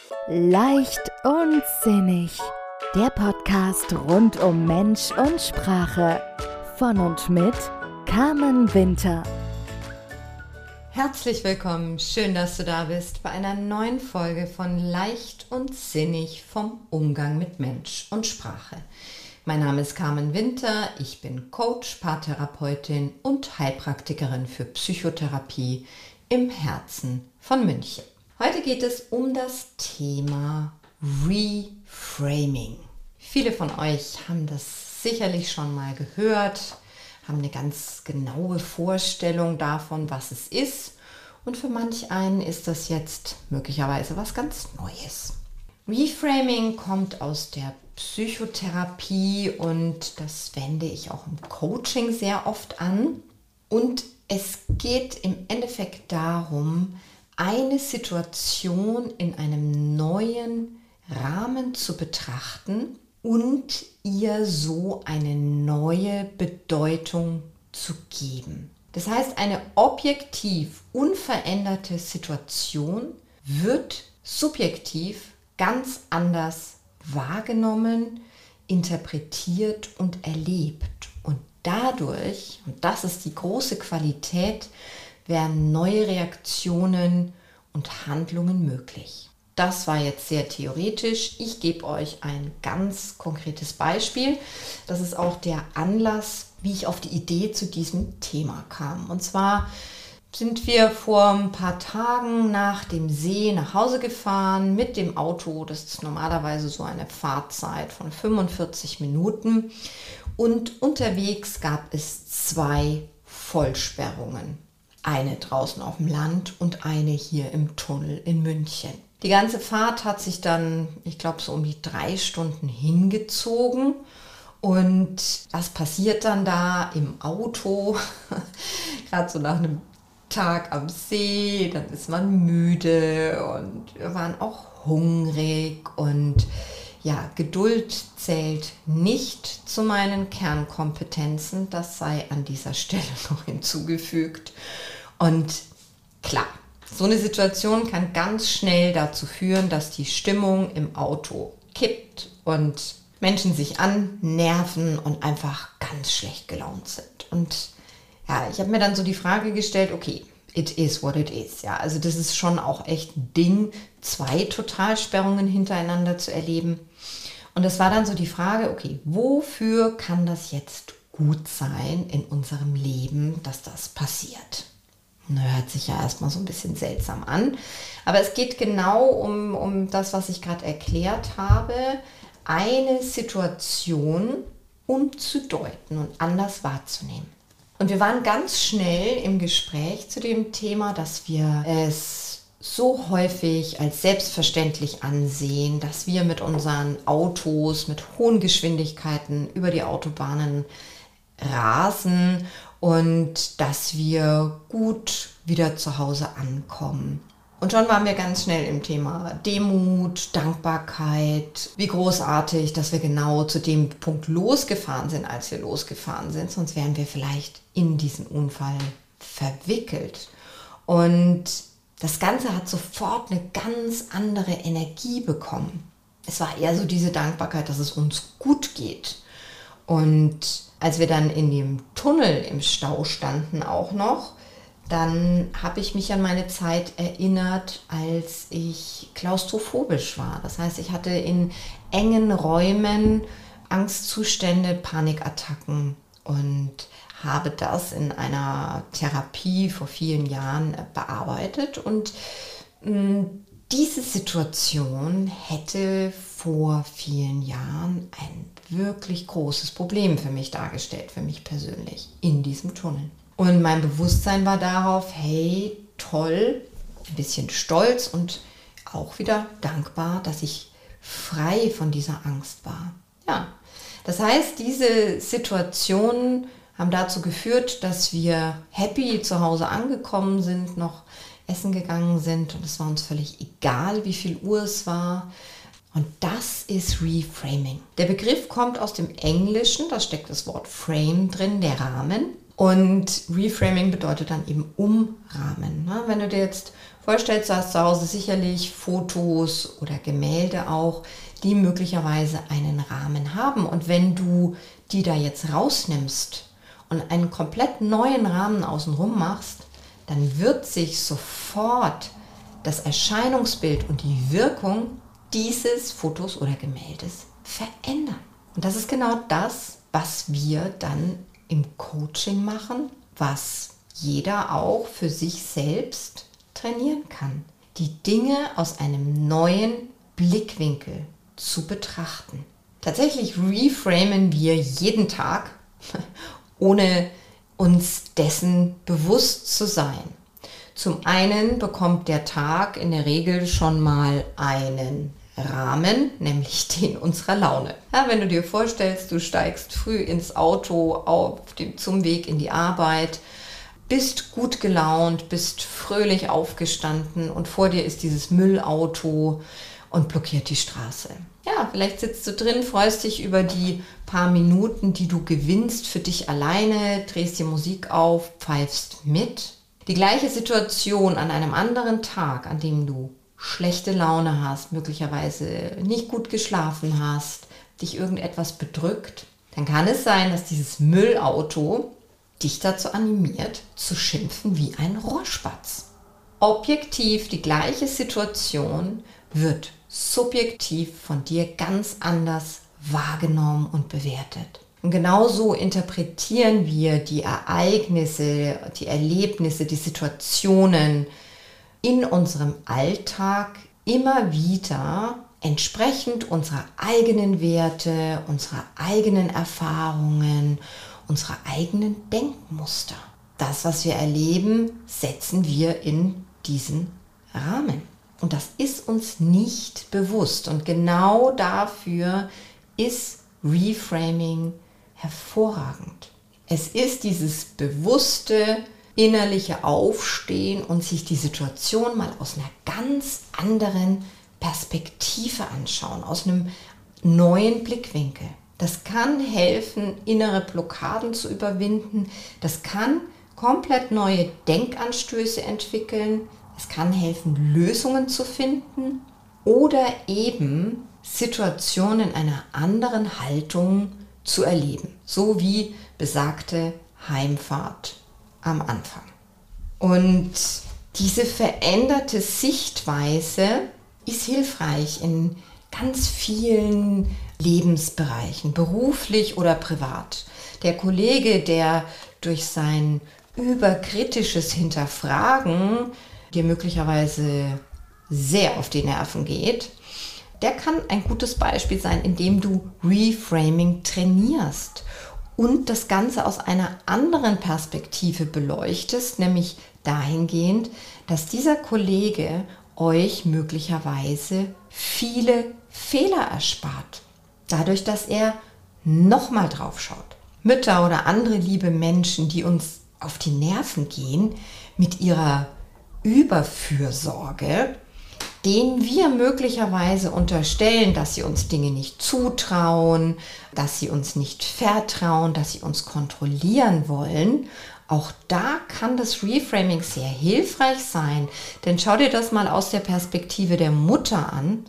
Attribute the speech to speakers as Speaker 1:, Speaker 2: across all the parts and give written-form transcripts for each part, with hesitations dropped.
Speaker 1: Leicht und sinnig. Der Podcast rund um Mensch und Sprache. Von und mit Carmen Winter.
Speaker 2: Herzlich willkommen, schön, dass du da bist bei einer neuen Folge von Leicht und Sinnig vom Umgang mit Mensch und Sprache. Mein Name ist Carmen Winter, ich bin Coach, Paartherapeutin und Heilpraktikerin für Psychotherapie im Herzen von München. Heute geht es um das Thema Reframing. Viele von euch haben das sicherlich schon mal gehört, haben eine ganz genaue Vorstellung davon, was es ist. Und für manch einen ist das jetzt möglicherweise was ganz Neues. Reframing kommt aus der Psychotherapie und das wende ich auch im Coaching sehr oft an. Und es geht im Endeffekt darum, eine Situation in einem neuen Rahmen zu betrachten und ihr so eine neue Bedeutung zu geben. Das heißt, eine objektiv unveränderte Situation wird subjektiv ganz anders wahrgenommen, interpretiert und erlebt. Und dadurch, und das ist die große Qualität, werden neue Reaktionen und Handlungen möglich. Das war jetzt sehr theoretisch. Ich gebe euch ein ganz konkretes Beispiel. Das ist auch der Anlass, wie ich auf die Idee zu diesem Thema kam. Und zwar sind wir vor ein paar Tagen nach dem See nach Hause gefahren mit dem Auto. Das ist normalerweise so eine Fahrzeit von 45 Minuten. Und unterwegs gab es 2 Vollsperrungen. Eine draußen auf dem Land und eine hier im Tunnel in München. Die ganze Fahrt hat sich dann, ich glaube, so um die 3 Stunden hingezogen. Und was passiert dann da im Auto? Gerade so nach einem Tag am See, dann ist man müde und wir waren auch hungrig. Und ja, Geduld zählt nicht zu meinen Kernkompetenzen. Das sei an dieser Stelle noch hinzugefügt. Und klar, so eine Situation kann ganz schnell dazu führen, dass die Stimmung im Auto kippt und Menschen sich annerven und einfach ganz schlecht gelaunt sind. Und ja, ich habe mir dann so die Frage gestellt, okay, it is what it is. Ja, also das ist schon auch echt ein Ding, 2 Totalsperrungen hintereinander zu erleben. Und es war dann so die Frage, okay, wofür kann das jetzt gut sein in unserem Leben, dass das passiert? Hört sich ja erstmal so ein bisschen seltsam an. Aber es geht genau um das, was ich gerade erklärt habe. Eine Situation umzudeuten und anders wahrzunehmen. Und wir waren ganz schnell im Gespräch zu dem Thema, dass wir es so häufig als selbstverständlich ansehen, dass wir mit unseren Autos mit hohen Geschwindigkeiten über die Autobahnen rasen und dass wir gut wieder zu Hause ankommen. Und schon waren wir ganz schnell im Thema Demut, Dankbarkeit, wie großartig, dass wir genau zu dem Punkt losgefahren sind, als wir losgefahren sind. Sonst wären wir vielleicht in diesen Unfall verwickelt. Und das Ganze hat sofort eine ganz andere Energie bekommen. Es war eher so diese Dankbarkeit, dass es uns gut geht. Und als wir dann in dem Tunnel im Stau standen auch noch, dann habe ich mich an meine Zeit erinnert, als ich klaustrophobisch war. Das heißt, ich hatte in engen Räumen Angstzustände, Panikattacken und habe das in einer Therapie vor vielen Jahren bearbeitet. Und diese Situation hätte vor vielen Jahren ein wirklich großes Problem für mich dargestellt, für mich persönlich, in diesem Tunnel. Und mein Bewusstsein war darauf, hey, toll, ein bisschen stolz und auch wieder dankbar, dass ich frei von dieser Angst war. Ja, das heißt, diese Situationen haben dazu geführt, dass wir happy zu Hause angekommen sind, noch essen gegangen sind und es war uns völlig egal, wie viel Uhr es war. Und das ist Reframing. Der Begriff kommt aus dem Englischen, da steckt das Wort Frame drin, der Rahmen. Und Reframing bedeutet dann eben umrahmen. Wenn du dir jetzt vorstellst, du hast zu Hause sicherlich Fotos oder Gemälde auch, die möglicherweise einen Rahmen haben. Und wenn du die da jetzt rausnimmst und einen komplett neuen Rahmen außenrum machst, dann wird sich sofort das Erscheinungsbild und die Wirkung dieses Fotos oder Gemäldes verändern. Und das ist genau das, was wir dann im Coaching machen, was jeder auch für sich selbst trainieren kann. Die Dinge aus einem neuen Blickwinkel zu betrachten. Tatsächlich reframen wir jeden Tag, ohne uns dessen bewusst zu sein. Zum einen bekommt der Tag in der Regel schon mal einen Rahmen, nämlich den unserer Laune. Ja, wenn du dir vorstellst, du steigst früh ins Auto zum Weg in die Arbeit, bist gut gelaunt, bist fröhlich aufgestanden und vor dir ist dieses Müllauto und blockiert die Straße. Ja, vielleicht sitzt du drin, freust dich über die paar Minuten, die du gewinnst für dich alleine, drehst dir Musik auf, pfeifst mit. Die gleiche Situation an einem anderen Tag, an dem du schlechte Laune hast, möglicherweise nicht gut geschlafen hast, dich irgendetwas bedrückt, dann kann es sein, dass dieses Müllauto dich dazu animiert, zu schimpfen wie ein Rohrspatz. Objektiv die gleiche Situation wird subjektiv von dir ganz anders wahrgenommen und bewertet. Und genauso interpretieren wir die Ereignisse, die Erlebnisse, die Situationen in unserem Alltag immer wieder entsprechend unserer eigenen Werte, unserer eigenen Erfahrungen, unserer eigenen Denkmuster. Das, was wir erleben, setzen wir in diesen Rahmen. Und das ist uns nicht bewusst. Und genau dafür ist Reframing hervorragend. Es ist dieses bewusste innerliche Aufstehen und sich die Situation mal aus einer ganz anderen Perspektive anschauen, aus einem neuen Blickwinkel. Das kann helfen, innere Blockaden zu überwinden. Das kann komplett neue Denkanstöße entwickeln. Es kann helfen, Lösungen zu finden oder eben Situationen in einer anderen Haltung zu erleben. So wie besagte Heimfahrt am Anfang. Und diese veränderte Sichtweise ist hilfreich in ganz vielen Lebensbereichen, beruflich oder privat. Der Kollege, der durch sein überkritisches Hinterfragen dir möglicherweise sehr auf die Nerven geht, der kann ein gutes Beispiel sein, indem du Reframing trainierst und das Ganze aus einer anderen Perspektive beleuchtest, nämlich dahingehend, dass dieser Kollege euch möglicherweise viele Fehler erspart. Dadurch, dass er nochmal drauf schaut. Mütter oder andere liebe Menschen, die uns auf die Nerven gehen mit ihrer Überfürsorge, denen wir möglicherweise unterstellen, dass sie uns Dinge nicht zutrauen, dass sie uns nicht vertrauen, dass sie uns kontrollieren wollen. Auch da kann das Reframing sehr hilfreich sein, denn schau dir das mal aus der Perspektive der Mutter an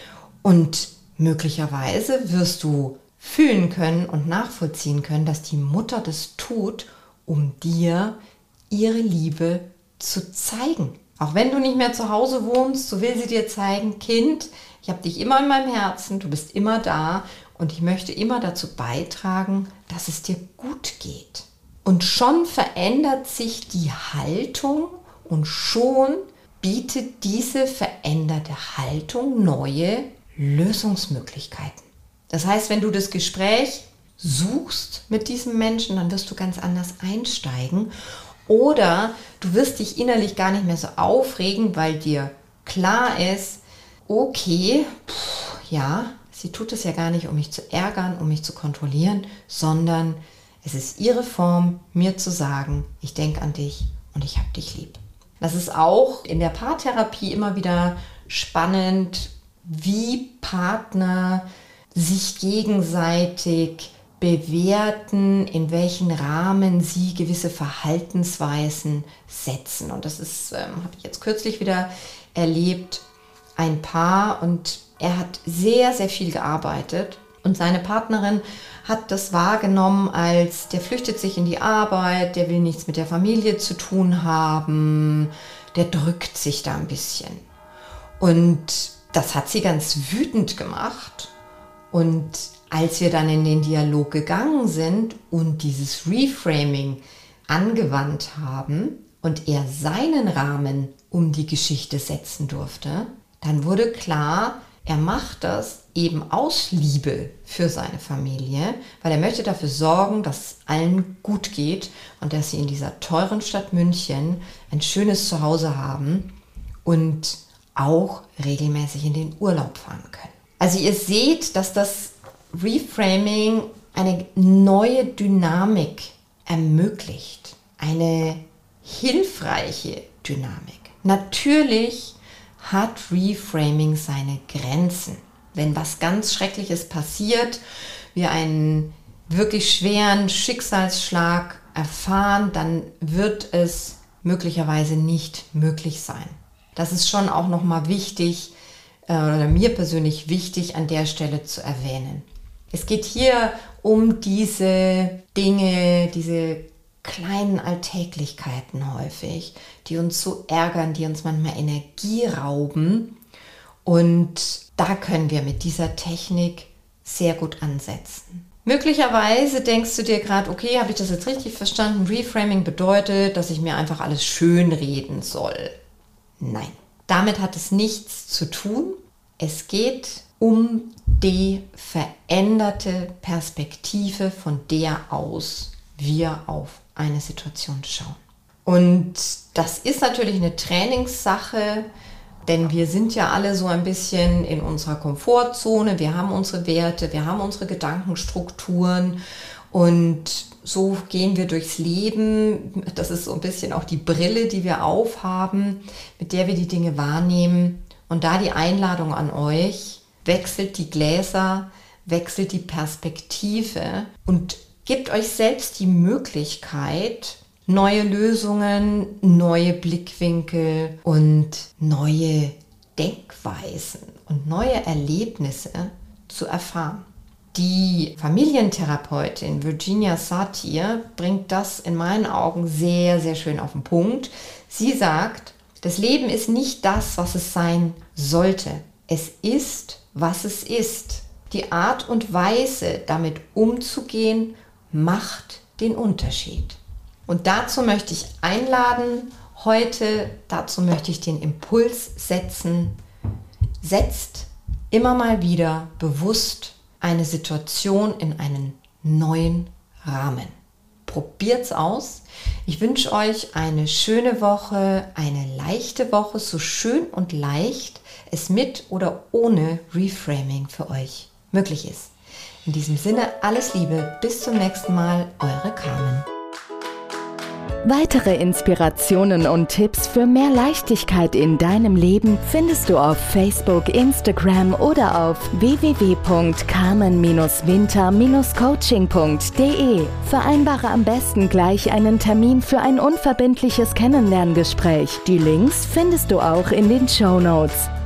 Speaker 2: und möglicherweise wirst du fühlen können und nachvollziehen können, dass die Mutter das tut, um dir ihre Liebe zu zeigen. Auch wenn du nicht mehr zu Hause wohnst, so will sie dir zeigen, Kind, ich habe dich immer in meinem Herzen, du bist immer da und ich möchte immer dazu beitragen, dass es dir gut geht. Und schon verändert sich die Haltung und schon bietet diese veränderte Haltung neue Lösungsmöglichkeiten. Das heißt, wenn du das Gespräch suchst mit diesem Menschen, dann wirst du ganz anders einsteigen. Oder du wirst dich innerlich gar nicht mehr so aufregen, weil dir klar ist, okay, ja, sie tut es ja gar nicht, um mich zu ärgern, um mich zu kontrollieren, sondern es ist ihre Form, mir zu sagen, ich denke an dich und ich habe dich lieb. Das ist auch in der Paartherapie immer wieder spannend, wie Partner sich gegenseitig bewerten, in welchen Rahmen sie gewisse Verhaltensweisen setzen. Und das ist, habe ich jetzt kürzlich wieder erlebt, ein Paar, und er hat sehr, sehr viel gearbeitet und seine Partnerin hat das wahrgenommen als, der flüchtet sich in die Arbeit, der will nichts mit der Familie zu tun haben, der drückt sich da ein bisschen. Und das hat sie ganz wütend gemacht. Und als wir dann in den Dialog gegangen sind und dieses Reframing angewandt haben und er seinen Rahmen um die Geschichte setzen durfte, dann wurde klar, er macht das eben aus Liebe für seine Familie, weil er möchte dafür sorgen, dass es allen gut geht und dass sie in dieser teuren Stadt München ein schönes Zuhause haben und auch regelmäßig in den Urlaub fahren können. Also ihr seht, dass das Reframing eine neue Dynamik ermöglicht, eine hilfreiche Dynamik. Natürlich hat Reframing seine Grenzen. Wenn was ganz Schreckliches passiert, wir einen wirklich schweren Schicksalsschlag erfahren, dann wird es möglicherweise nicht möglich sein. Das ist schon auch nochmal wichtig, oder mir persönlich wichtig, an der Stelle zu erwähnen. Es geht hier um diese Dinge, diese kleinen Alltäglichkeiten häufig, die uns so ärgern, die uns manchmal Energie rauben. Und da können wir mit dieser Technik sehr gut ansetzen. Möglicherweise denkst du dir gerade, okay, habe ich das jetzt richtig verstanden? Reframing bedeutet, dass ich mir einfach alles schönreden soll. Nein, damit hat es nichts zu tun. Es geht um die veränderte Perspektive, von der aus wir auf eine Situation schauen. Und das ist natürlich eine Trainingssache, denn wir sind ja alle so ein bisschen in unserer Komfortzone, wir haben unsere Werte, wir haben unsere Gedankenstrukturen und so gehen wir durchs Leben. Das ist so ein bisschen auch die Brille, die wir aufhaben, mit der wir die Dinge wahrnehmen. Und da die Einladung an euch, wechselt die Gläser, wechselt die Perspektive und gebt euch selbst die Möglichkeit, neue Lösungen, neue Blickwinkel und neue Denkweisen und neue Erlebnisse zu erfahren. Die Familientherapeutin Virginia Satir bringt das in meinen Augen sehr, sehr schön auf den Punkt. Sie sagt, das Leben ist nicht das, was es sein sollte. Es ist, was es ist. Die Art und Weise, damit umzugehen, macht den Unterschied. Und dazu möchte ich einladen, heute, dazu möchte ich den Impuls setzen, setzt immer mal wieder bewusst eine Situation in einen neuen Rahmen. Probiert's aus. Ich wünsche euch eine schöne Woche, eine leichte Woche, so schön und leicht es mit oder ohne Reframing für euch möglich ist. In diesem Sinne alles Liebe, bis zum nächsten Mal, eure Carmen.
Speaker 1: Weitere Inspirationen und Tipps für mehr Leichtigkeit in deinem Leben findest du auf Facebook, Instagram oder auf www.carmen-winter-coaching.de. Vereinbare am besten gleich einen Termin für ein unverbindliches Kennenlerngespräch. Die Links findest du auch in den Shownotes.